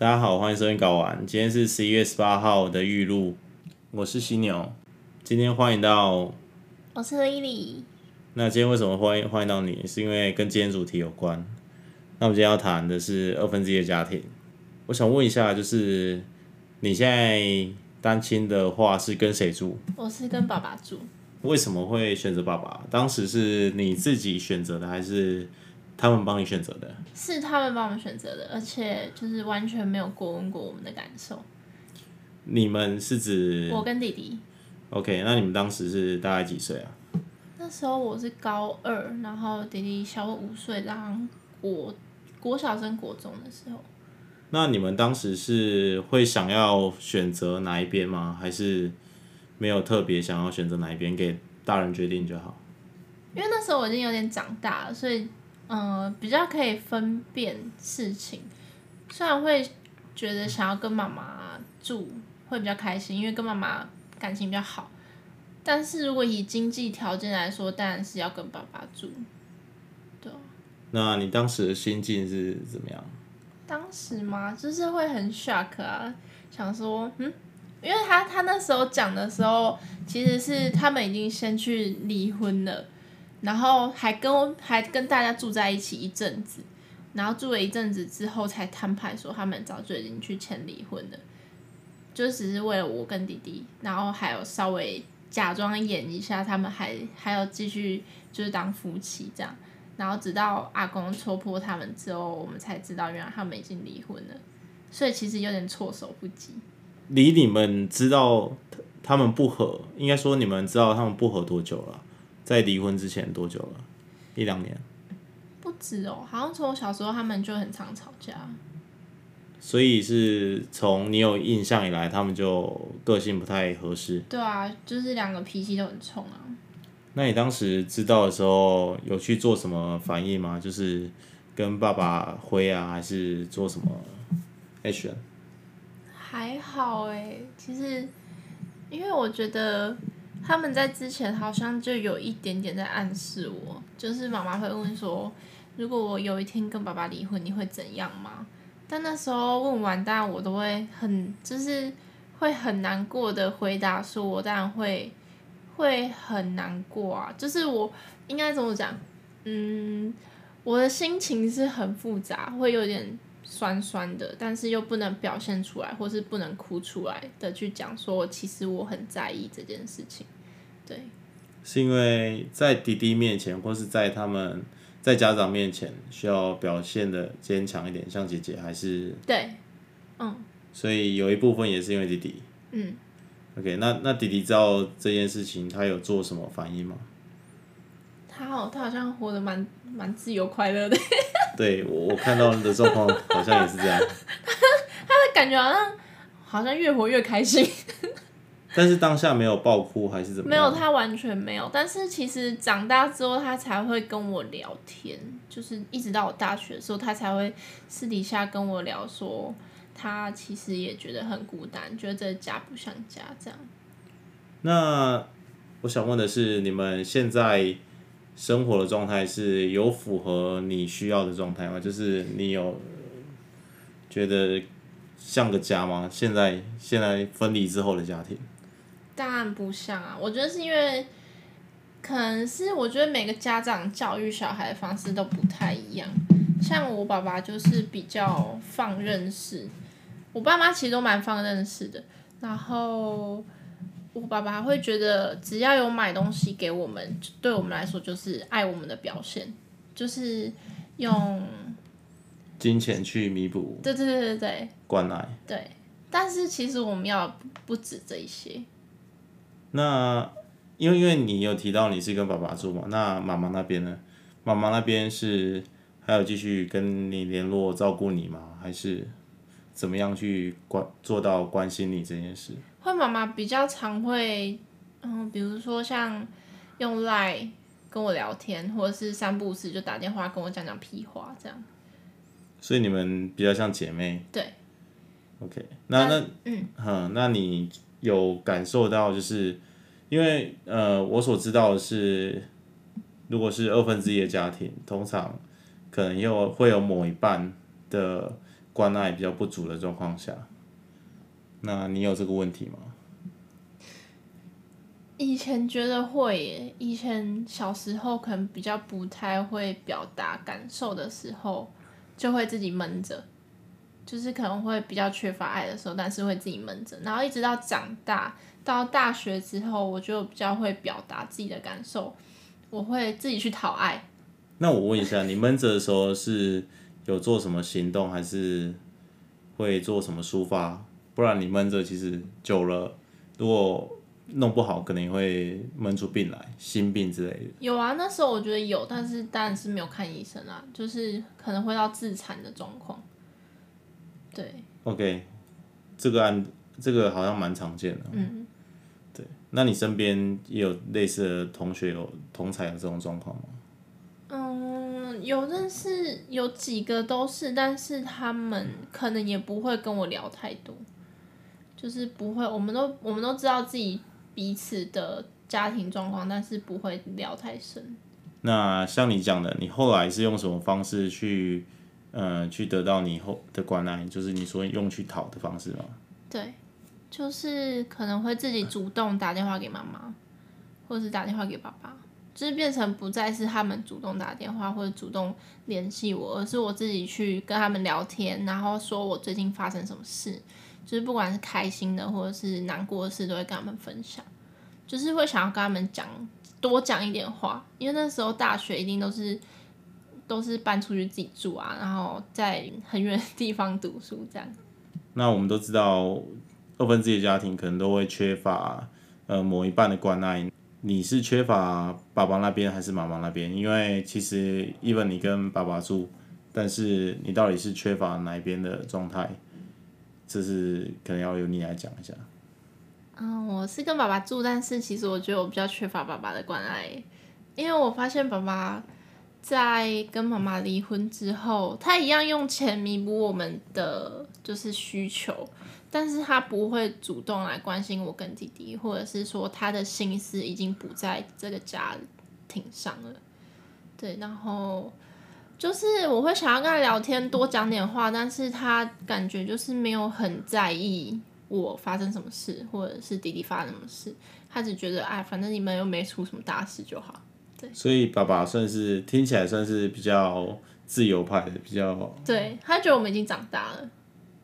大家好，欢迎收听搞完。今天是11月18号的预录，我是犀牛。今天欢迎到， 我是伊里。 那今天为什么欢迎到你？是因为跟今天主题有关。那我们今天要谈的是1/2的家庭。我想问一下，就是你现在单亲的话是跟谁住？ 我是跟爸爸住。 为什么会选择爸爸？当时是你自己选择的，还是他们帮你选择的？ 是他们帮我们选择的，而且就是完全没有过问过我们的感受。 你们是指我跟弟弟。 OK， 那你们当时是大概几岁啊？ 那时候我是高2，然后弟弟小我5岁，然后国小升国中的时候。 那你们当时是会想要选择哪一边吗？还是没有特别想要选择哪一边，给大人决定就好？ 因为那时候我已经有点长大了，所以比较可以分辨事情。虽然会觉得想要跟妈妈住会比较开心，因为跟妈妈感情比较好。但是如果以经济条件来说，当然是要跟爸爸住。对啊。 那你当时的心境是怎么样？ 当时嘛，就是会很 shock 啊，想说，因为他那时候讲的时候，其实是他们已经先去离婚了，然后还跟大家住在一起一阵子，然后住了一阵子之后才摊牌说他们早就已经去签离婚了，就只是为了我跟弟弟，然后还有稍微假装演一下他们还有继续就是当夫妻这样。然后直到阿公戳破他们之后，我们才知道原来他们已经离婚了，所以其实有点措手不及。 离你们知道他们不和，应该说你们知道他们不和多久了？在离婚之前多久了？1-2年？ 不止哦，好像从我小时候他们就很常吵架。 所以是从你有印象以来，他们就个性不太合适。 对啊，就是两个脾气都很冲啊。 那你当时知道的时候，有去做什么反应吗？就是跟爸爸挥啊，还是做什么 action？ 还好其实因为我觉得他们在之前好像就有一点点在暗示我，就是妈妈会问说，如果我有一天跟爸爸离婚，你会怎样吗？但那时候问完，当然我都会就是会很难过的回答说，我当然会很难过啊，就是我应该怎么讲？我的心情是很复杂，会有点酸酸的，但是又不能表现出来，或是不能哭出来的去讲说，其实我很在意这件事情。对， 是因为在弟弟面前，或是在家长面前，需要表现的坚强一点，像姐姐，还是对， 所以有一部分也是因为弟弟。OK， 那弟弟知道这件事情，他有做什么反应吗？ 他好像活得蛮自由快乐的。 对，我看到的状况好像也是这样。 他的感觉好像越活越开心。 但是当下没有爆哭还是怎么样？ 没有，他完全没有。但是其实长大之后，他才会跟我聊天，就是一直到我大学的时候，他才会私底下跟我聊说，他其实也觉得很孤单，觉得这家不像家这样。 那我想问的是，你们现在生活的状态是有符合你需要的状态吗？就是你有觉得像个家吗？现在分离之后的家庭？ 当然不像啊，我觉得是因为，可能是我觉得每个家长教育小孩的方式都不太一样。像我爸爸就是比较放任式，我爸妈其实都蛮放任式的。然后我爸爸会觉得只要有买东西给我们，对我们来说就是爱我们的表现，就是用金钱去弥补对关爱。 对。但是其实我们要不止这一些。 那因为你有提到你是跟爸爸住嘛，那妈妈那边呢？妈妈那边是还有继续跟你联络照顾你吗？还是怎么样去做到关心你这件事？ 妈妈比较常会，比如说像用 LINE 跟我聊天，或者是3不5时就打电话跟我讲屁话这样。 所以你们比较像姐妹。 对。 OK， 那你有感受到，就是因为我所知道的是，如果是1/2的家庭，通常可能会有某一半的关爱比较不足的状况下，那你有这个问题吗？ 以前觉得会耶，以前小时候可能比较不太会表达感受的时候，就会自己闷着，就是可能会比较缺乏爱的时候，但是会自己闷着。然后一直到长大，到大学之后，我就比较会表达自己的感受，我会自己去讨爱。 那我问一下，你闷着的时候是有做什么行动，还是会做什么抒发？不然你闷着其实久了，如果弄不好，可能也会闷出病来，心病之类的。 有啊，那时候我觉得有，但是当然是没有看医生啊，就是可能会到自残的状况。对， OK，这个好像蛮常见的。对，那你身边也有类似的同学同才有这种状况吗？ 有认识有几个都是，但是他们可能也不会跟我聊太多，就是不会，我们都知道自己彼此的家庭状况，但是不会聊太深。 那像你讲的，你后来是用什么方式去得到你后的关爱？就是你说用去讨的方式吗？ 对，就是可能会自己主动打电话给妈妈，或者是打电话给爸爸，就是变成不再是他们主动打电话或者主动联系我，而是我自己去跟他们聊天，然后说我最近发生什么事，就是不管是开心的或者是难过的事，都会跟他们分享，就是会想要跟他们多讲一点话，因为那时候大学一定都是搬出去自己住啊，然后在很远的地方读书这样。 那我们都知道，二分之一的家庭可能都会缺乏某一半的关爱。你是缺乏爸爸那边还是妈妈那边？因为其实 even 你跟爸爸住，但是你到底是缺乏哪一边的状态？这是可能要由你来讲一下。 我是跟爸爸住，但是其实我觉得我比较缺乏爸爸的关爱，因为我发现爸爸在跟妈妈离婚之后，他一样用钱弥补我们的就是需求，但是他不会主动来关心我跟弟弟，或者是说他的心思已经不在这个家庭上了。对，然后就是我会想要跟他聊天，多讲点话，但是他感觉就是没有很在意我发生什么事，或者是弟弟发生什么事，他只觉得哎，反正你们又没出什么大事就好。 所以爸爸听起来算是比较自由派的，比较对，他觉得我们已经长大了。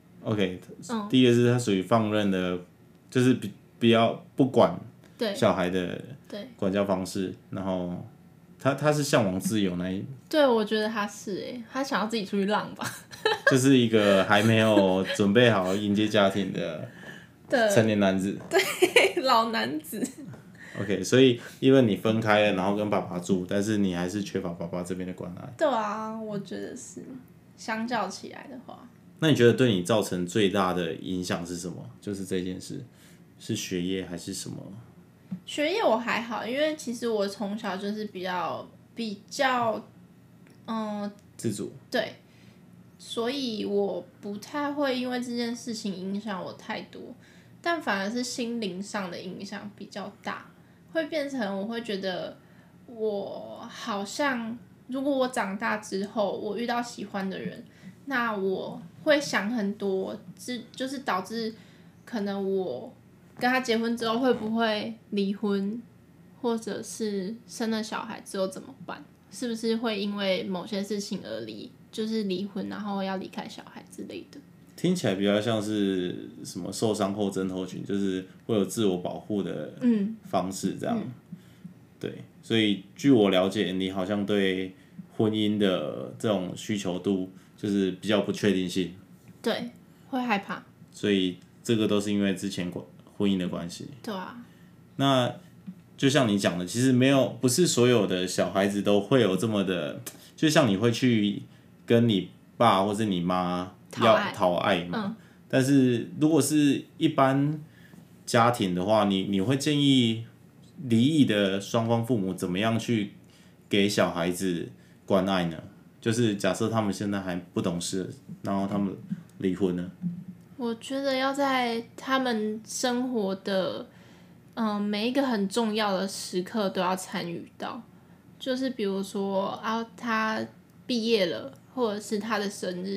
OK。第一个是他属于放任的，就是比较不管小孩的管教方式，然后他是向往自由那一， 对，我觉得他是他想要自己出去浪吧。 就是一个还没有准备好迎接家庭的成年男子。 对，老男子。 OK， 所以因为你分开了，然后跟爸爸住，但是你还是缺乏爸爸这边的关爱。 对啊，我觉得是，相较起来的话。 那你觉得对你造成最大的影响是什么？就是这件事，是学业还是什么？ 学业我还好，因为其实我从小就是比较自主。 对，所以我不太会因为这件事情影响我太多，但反而是心灵上的影响比较大，会变成我会觉得我好像如果我长大之后我遇到喜欢的人，那我会想很多，就是导致可能我跟他结婚之后会不会离婚，或者是生了小孩之后怎么办？是不是会因为某些事情而就是离婚，然后要离开小孩之类的？ 听起来比较像是什么受伤后症候群，就是会有自我保护的方式这样。对，所以据我了解，你好像对婚姻的这种需求度就是比较不确定性。 对，会害怕。 所以这个都是因为之前婚姻的关系。 对啊。 那就像你讲的，其实不是所有的小孩子都会有这么的，就像你会去跟你爸或是你妈要讨爱嘛。但是如果是一般家庭的话，你会建议离异的双方父母怎么样去给小孩子关爱呢？就是假设他们现在还不懂事，然后他们离婚了。 我觉得要在他们生活的每一个很重要的时刻都要参与到，就是比如说他毕业了，或者是他的生日，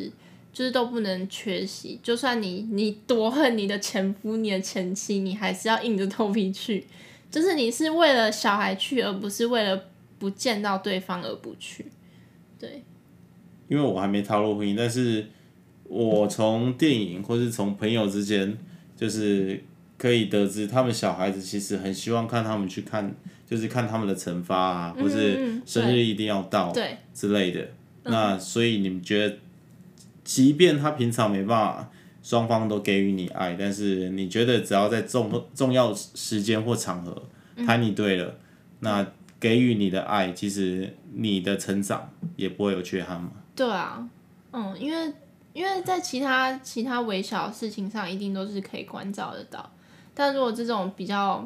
就是都不能缺席。就算你多恨你的前夫、你的前妻，你还是要硬着头皮去。就是你是为了小孩去，而不是为了不见到对方而不去。对。 因为我还没踏入婚姻，但是我从电影或是从朋友之间，就是可以得知，他们小孩子其实很希望看他们去看，就是看他们的惩罚啊，或是生日一定要到之类的。那所以你们觉得，即便他平常没办法双方都给予你爱，但是你觉得只要在重要时间或场合谈你对了，那给予你的爱，其实你的成长也不会有缺憾嘛？ 对啊，因为在其他微小的事情上，一定都是可以关照得到。但如果这种比较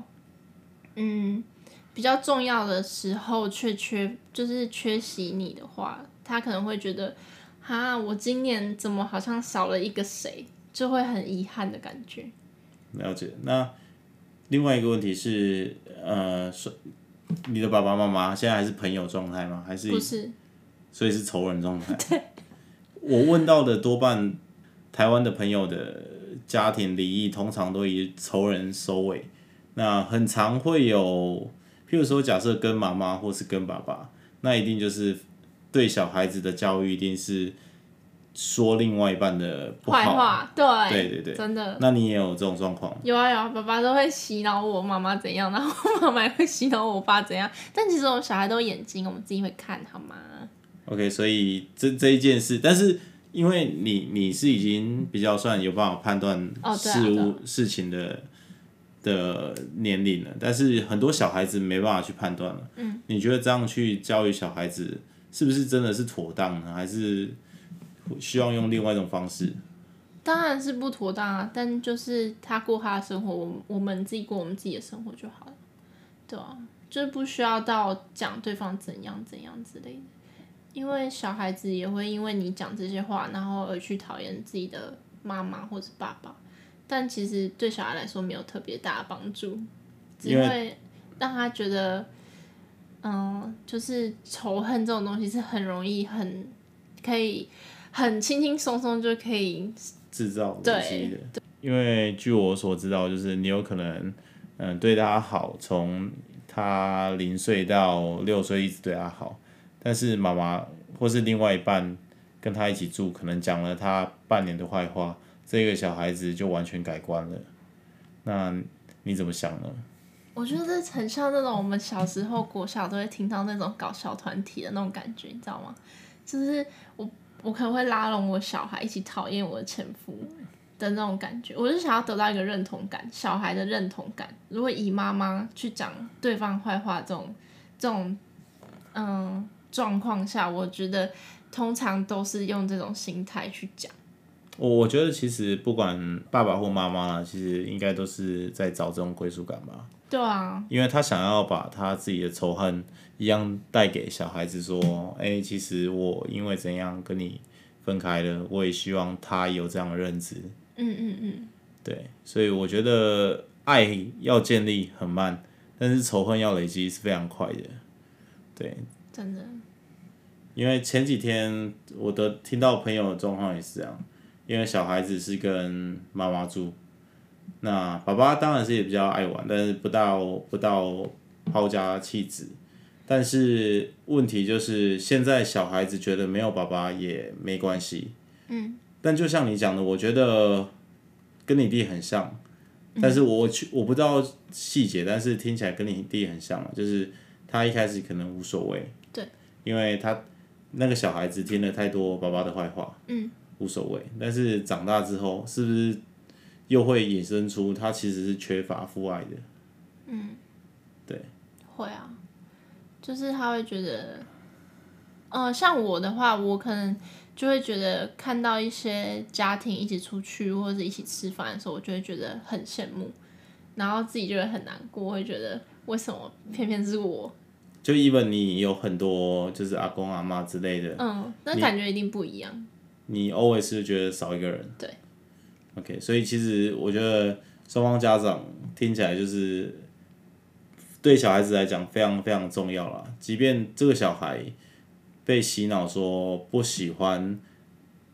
重要的时候却就是缺席你的话，他可能会觉得，我今年怎么好像少了一个谁，就会很遗憾的感觉。 了解。那另外一个问题是，你的爸爸妈妈现在还是朋友状态吗？还是不是？ 所以是仇人状态。对。我问到的多半台湾的朋友的家庭离异，通常都以仇人收尾。那很常会有，譬如说，假设跟妈妈或是跟爸爸，那一定就是对小孩子的教育一定是说另外一半的不好， 坏话， 对， 真的。 那你也有这种状况？ 有啊，爸爸都会洗脑我妈妈怎样，然后妈妈也会洗脑我爸怎样。但其实我们小孩都有眼睛，我们自己会看，好吗？ OK， 所以这一件事，但是因为你是已经比较算有办法判断事情的年龄了，但是很多小孩子没办法去判断了。你觉得这样去教育小孩子，是不是真的是妥当呢？还是需要用另外一种方式？ 当然是不妥当啊，但就是他过他的生活，我们自己过我们自己的生活就好了，对啊，就是不需要到讲对方怎样怎样之类的。因为小孩子也会因为你讲这些话，然后而去讨厌自己的妈妈或者爸爸，但其实对小孩来说没有特别大的帮助，只会让他觉得，就是仇恨这种东西是很容易、可以很轻轻松松就可以制造累积的。因为据我所知道，就是你有可能，对他好，从他0岁到6岁一直对他好。但是妈妈或是另外一半跟他一起住，可能讲了他半年的坏话，这个小孩子就完全改观了。那你怎么想呢？ 我觉得这很像那种我们小时候国小都会听到那种搞笑团体的那种感觉，你知道吗？就是我可能会拉拢我小孩一起讨厌我的前夫的那种感觉，我就想要得到一个认同感，小孩的认同感。如果以妈妈去讲对方坏话这种状况下，我觉得通常都是用这种心态去讲。 我觉得其实不管爸爸或妈妈啦，其实应该都是在找这种归属感吧。 对啊， 因为他想要把他自己的仇恨一样带给小孩子，说，其实我因为怎样跟你分开了，我也希望他有这样的认知。对，所以我觉得爱要建立很慢，但是仇恨要累积是非常快的。对， 真的。 因为前几天我听到朋友的状况也是这样，因为小孩子是跟妈妈住，那爸爸当然是也比较爱玩，但是不到抛家弃子。但是问题就是现在小孩子觉得没有爸爸也没关系。但就像你讲的，我觉得跟你弟很像，但是我不知道细节，但是听起来跟你弟很像嘛，就是他一开始可能无所谓， 对， 因为他那个小孩子听了太多爸爸的坏话，无所谓。但是长大之后，是不是又会衍生出他其实是缺乏父爱的？对， 会啊，就是他会觉得，像我的话，我可能就会觉得看到一些家庭一起出去或者是一起吃饭的时候，我就会觉得很羡慕，然后自己就会很难过，会觉得为什么偏偏是我？ 就 even 你有很多就是阿公阿嬷之类的， 那感觉一定不一样。 你 always 是觉得少一个人。 对。 OK， 所以其实我觉得双方家长听起来就是对小孩子来讲非常非常重要啦。即便这个小孩被洗脑说不喜欢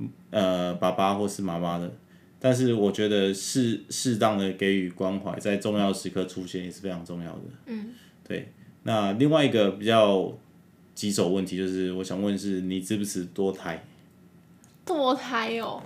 爸爸或是妈妈的。但是我觉得适当的给予关怀，在重要时刻出现也是非常重要的。对。那另外一个比较棘手问题就是，我想问是你支不支持多胎？ 堕胎哦，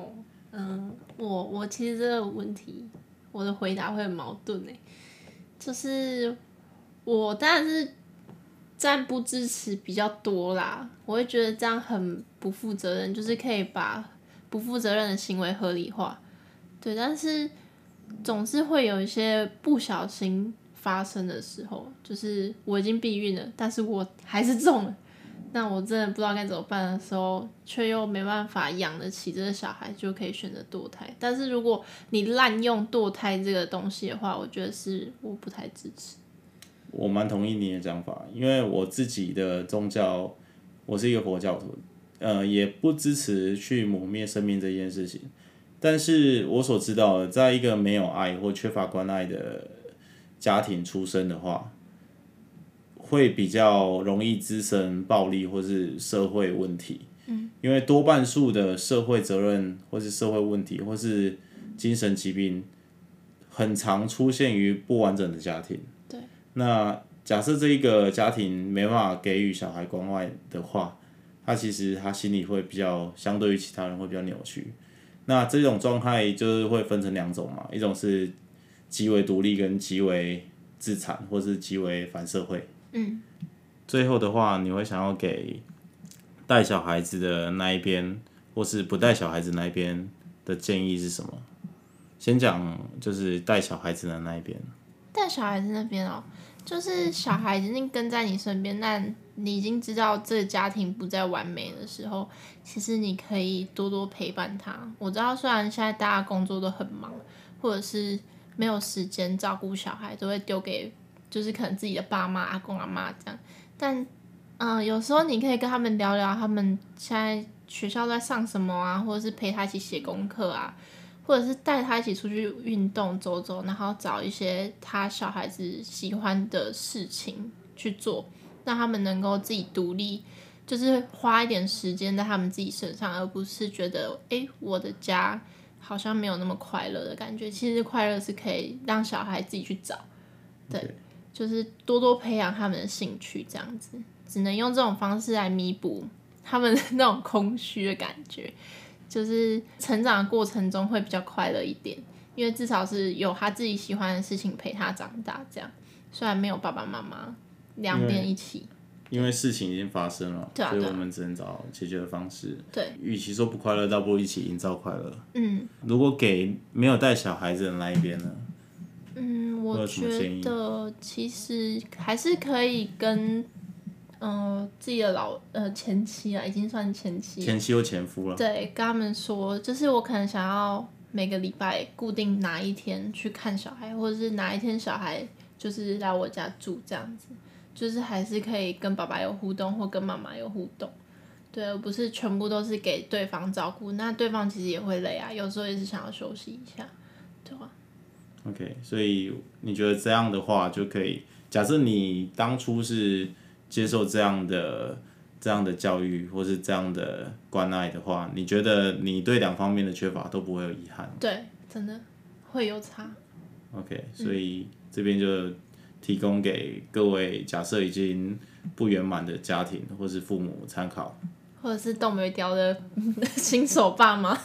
我其实这个问题，我的回答会很矛盾诶，就是我当然是占不支持比较多啦，我会觉得这样很不负责任，就是可以把不负责任的行为合理化，对，但是总是会有一些不小心发生的时候，就是我已经避孕了，但是我还是中了。那我真的不知道该怎么办的时候，却又没办法养得起这个小孩，就可以选择堕胎。但是如果你滥用堕胎这个东西的话，我觉得我不太支持。 我蛮同意你的讲法，因为我自己的宗教，我是一个佛教徒，也不支持去抹灭生命这件事情。但是我所知道的，在一个没有爱或缺乏关爱的家庭出生的话，会比较容易滋生暴力或是社会问题。因为多半数的社会责任或是社会问题或是精神疾病，很常出现于不完整的家庭。 对。 那假设这一个家庭没办法给予小孩关怀的话，其实他心里会比较相对于其他人会比较扭曲。那这种状态就是会分成两种嘛，一种是极为独立跟极为自残，或是极为反社会。最后的话，你会想要给带小孩子的那一边，或是不带小孩子那一边的建议是什么？先讲就是带小孩子的那一边。 带小孩子那边哦，就是小孩已经跟在你身边，那你已经知道这个家庭不再完美的时候，其实你可以多多陪伴他。我知道虽然现在大家工作都很忙，或者是没有时间照顾小孩，都会丢给就是可能自己的爸妈、阿公阿妈这样，但有时候你可以跟他们聊聊他们现在学校在上什么啊，或者是陪他一起写功课啊，或者是带他一起出去运动走走，然后找一些他小孩子喜欢的事情去做，让他们能够自己独立，就是花一点时间在他们自己身上，而不是觉得我的家好像没有那么快乐的感觉。其实快乐是可以让小孩自己去找，对，就是多多培养他们的兴趣，这样子只能用这种方式来弥补他们那种空虚的感觉。就是成长的过程中会比较快乐一点，因为至少是有他自己喜欢的事情陪他长大，这样虽然没有爸爸妈妈两边一起， 因为事情已经发生了， 对啊， 所以我们只能找解决的方式。 对， 与其说不快乐，倒不如一起营造快乐。如果给没有带小孩子的那一边呢？ 我觉得其实还是可以跟自己的前妻啊，已经算前妻或前夫了。 对，跟他们说，就是我可能想要每个礼拜固定哪一天去看小孩，或者是哪一天小孩就是来我家住这样子，就是还是可以跟爸爸有互动，或跟妈妈有互动。对，而不是全部都是给对方照顾，那对方其实也会累啊，有时候也是想要休息一下，对吧 ？OK， 所以你觉得这样的话就可以？假设你当初是接受这样的教育，或是这样的关爱的话，你觉得你对两方面的缺乏都不会有遗憾？ 对，真的会有差。 OK， 所以这边就提供给各位假设已经不圆满的家庭或是父母参考， 或者是动没雕的新手爸妈。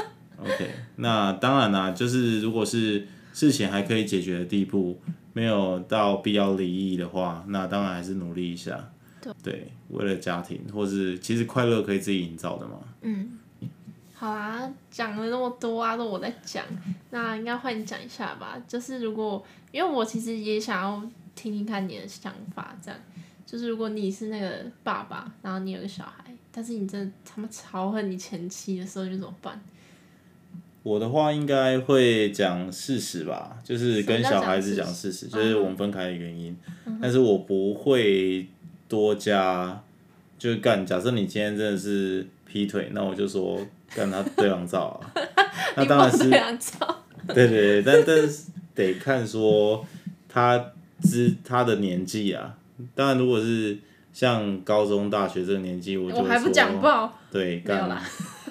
OK， 那当然啦，就是如果是事情还可以解决的地步，没有到必要离异的话，那当然还是努力一下。对，为了家庭，或是其实快乐可以自己营造的嘛。 好啊，讲了那么多啊，都我在讲，那应该换你讲一下吧。就是因为我其实也想要听听看你的想法，这样。就是如果你是那个爸爸，然后你有个小孩，但是你真的他妈超恨你前妻的时候，你怎么办？ 我的话应该会讲事实吧，就是跟小孩子讲事实，就是我们分开的原因。但是我不会多加，就是假设你今天真的是劈腿，那我就说干他对狼照啊。那当然是对狼照。 对，但是得看说他的年纪啊。当然，如果是像高中、大学这个年纪，我就还不讲爆。 对，干啦。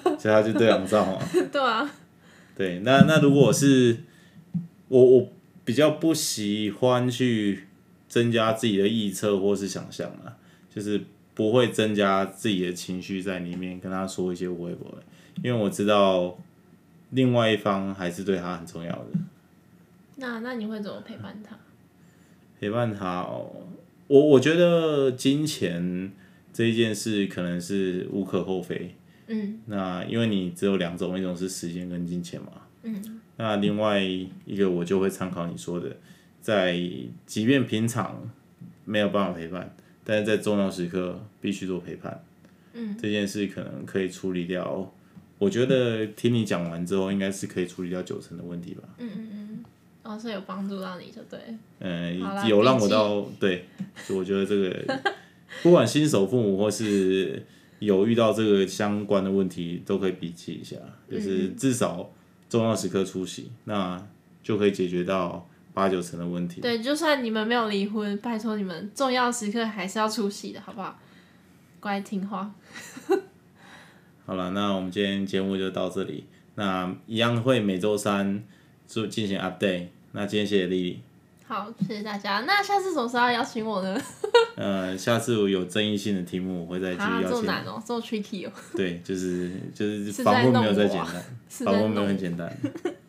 所以他就对狼照嘛。 对啊， 对，那如果是我比较不喜欢去增加自己的臆测或是想象啊，就是不会增加自己的情绪在里面，跟他说一些无谓不谓，因为我知道另外一方还是对他很重要的。 那你会怎么陪伴他？ 陪伴他哦，我觉得金钱这一件事可能是无可厚非。那因为你只有两种，一种是时间跟金钱嘛。那另外一个我就会参考你说的，在即便平常没有办法陪伴，但是在重要时刻必须做陪伴。这件事可能可以处理掉。我觉得听你讲完之后，应该是可以处理掉90%的问题吧。 哦，是有帮助到你就对。 有让我到对，所以我觉得这个不管新手父母或是有遇到这个相关的问题，都可以笔记一下，就是至少重要时刻出席，那就可以解决到8、9成的问题。 对，就算你们没有离婚，拜托你们重要时刻还是要出席的，好不好？乖听话。 好了，那我们今天节目就到这里。那一样会每周3进行 update。那今天谢谢丽丽。 好，谢谢大家。那下次什么时候要邀请我呢？ 下次我有争议性的题目，我会再继续邀请。 这么难哦，这么 tricky 哦。 对，就是访问没有再简单，访问没有很简单。